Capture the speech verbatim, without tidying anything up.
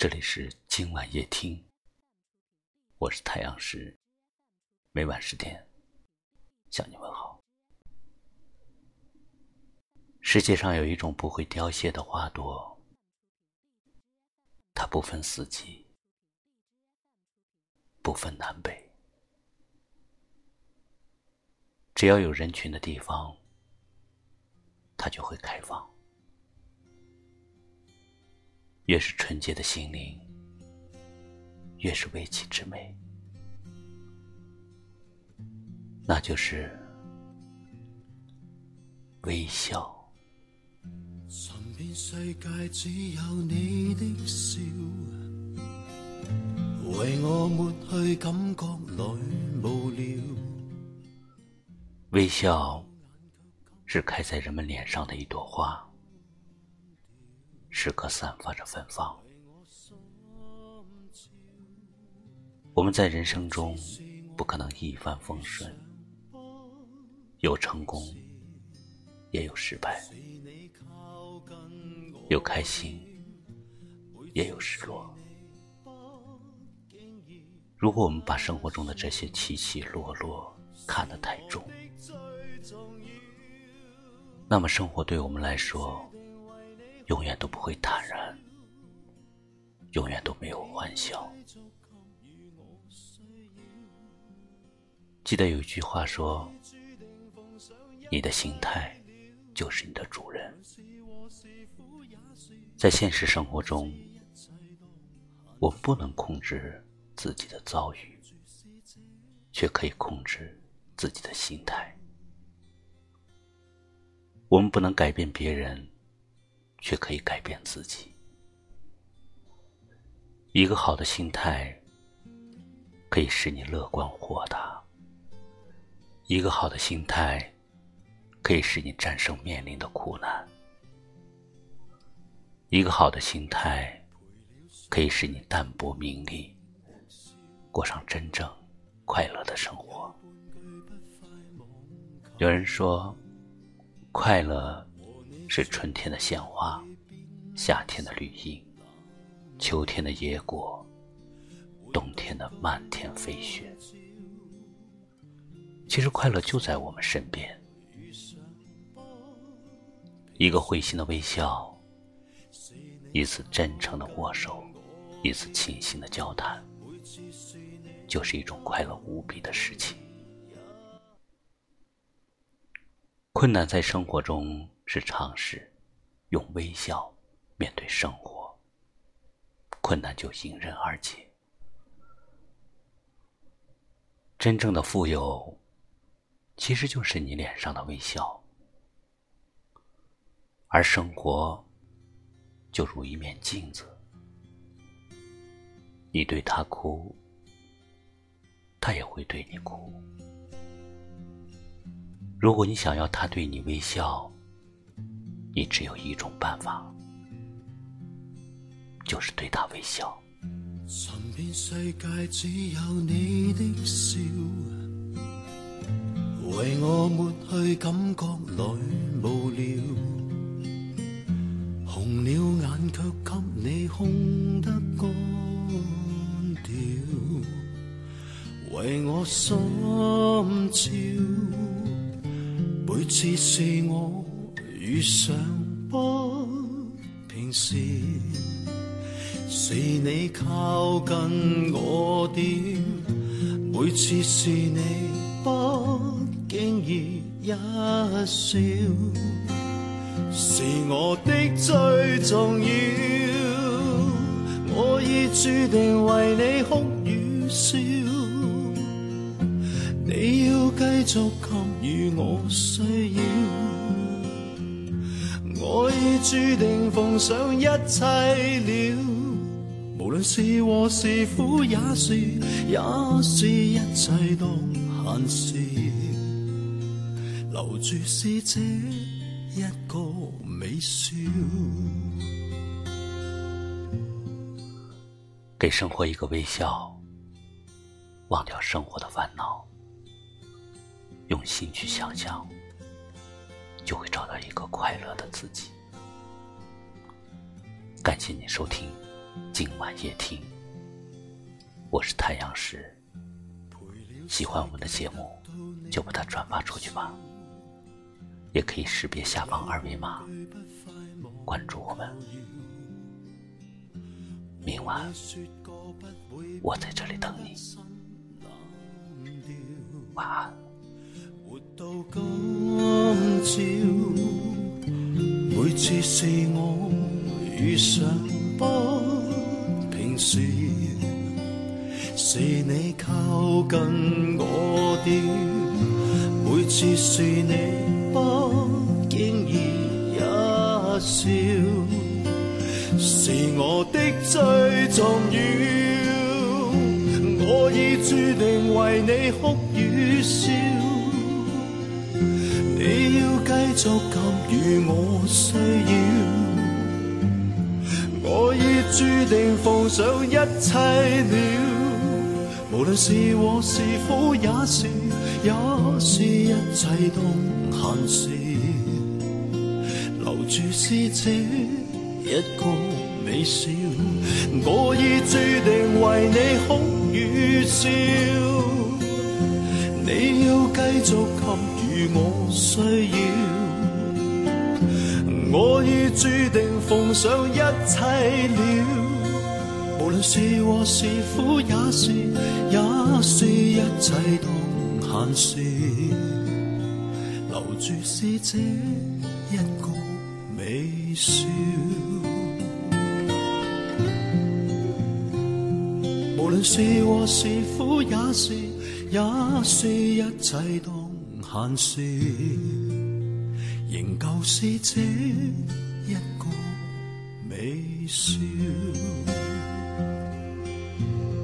这里是今晚夜听，我是太阳石，每晚十点向你问好。世界上有一种不会凋谢的花朵，它不分四季，不分南北，只要有人群的地方，它就会开放。越是纯洁的心灵，越是微气之美，那就是微笑。 寻遍世界只有你的笑，为我抹去感觉里无聊。 微笑是开在人们脸上的一朵花，时刻散发着芬芳。我们在人生中不可能一帆风顺，有成功也有失败，有开心也有失落。如果我们把生活中的这些起起落落看得太重，那么生活对我们来说永远都不会坦然，永远都没有欢笑。记得有一句话说，你的心态就是你的主人。在现实生活中，我们不能控制自己的遭遇，却可以控制自己的心态。我们不能改变别人，却可以改变自己。一个好的心态可以使你乐观豁达，一个好的心态可以使你战胜面临的苦难，一个好的心态可以使你淡泊名利，过上真正快乐的生活。有人说，快乐是春天的鲜花，夏天的绿荫，秋天的野果，冬天的漫天飞雪。其实快乐就在我们身边，一个会心的微笑，一次真诚的握手，一次倾心的交谈，就是一种快乐无比的事情。困难在生活中是常事，用微笑面对生活，困难就迎刃而解。真正的富有，其实就是你脸上的微笑，而生活就如一面镜子，你对他哭，他也会对你哭。如果你想要他对你微笑，你只有一种办法，就是对他微笑。 寻遍世界只有你的笑，为我抹去感觉里无聊。红了眼却给你空得干掉，为我心照。每次是我遇上不平时，是你靠近我點，每次是你不經意一笑，是我的最重要。我已注定為你哭與笑，你要繼續給予我需要。我已注定奉上一切了，無論是禍是苦也是，也是一切當閒事，留住是這一個微笑。 给生活一个微笑，忘掉生活的烦恼，用心去想象，就会找到一个快乐的自己。感谢你收听今晚夜听，我是太阳石。喜欢我们的节目，就把它转发出去吧。也可以识别下方二维码，关注我们。明晚我在这里等你，晚安。 活到今朝，每次是我遇上不平时，是你靠近我點，每次是你不經意一笑，是我的最重要，我已注定為你哭與笑，你要繼續給予我需要，我已注定奉上一切了，無論是禍是福也是也是一切當閒事，留住是這一個微笑，我已注定為你哭與笑，你要繼續給予我需要，我已注定奉上一切了，無論是禍是苦也是也是一切當閒事，留住是這一個微笑，無論是禍是苦也是也是一切當閒事，仍舊是這一個微笑。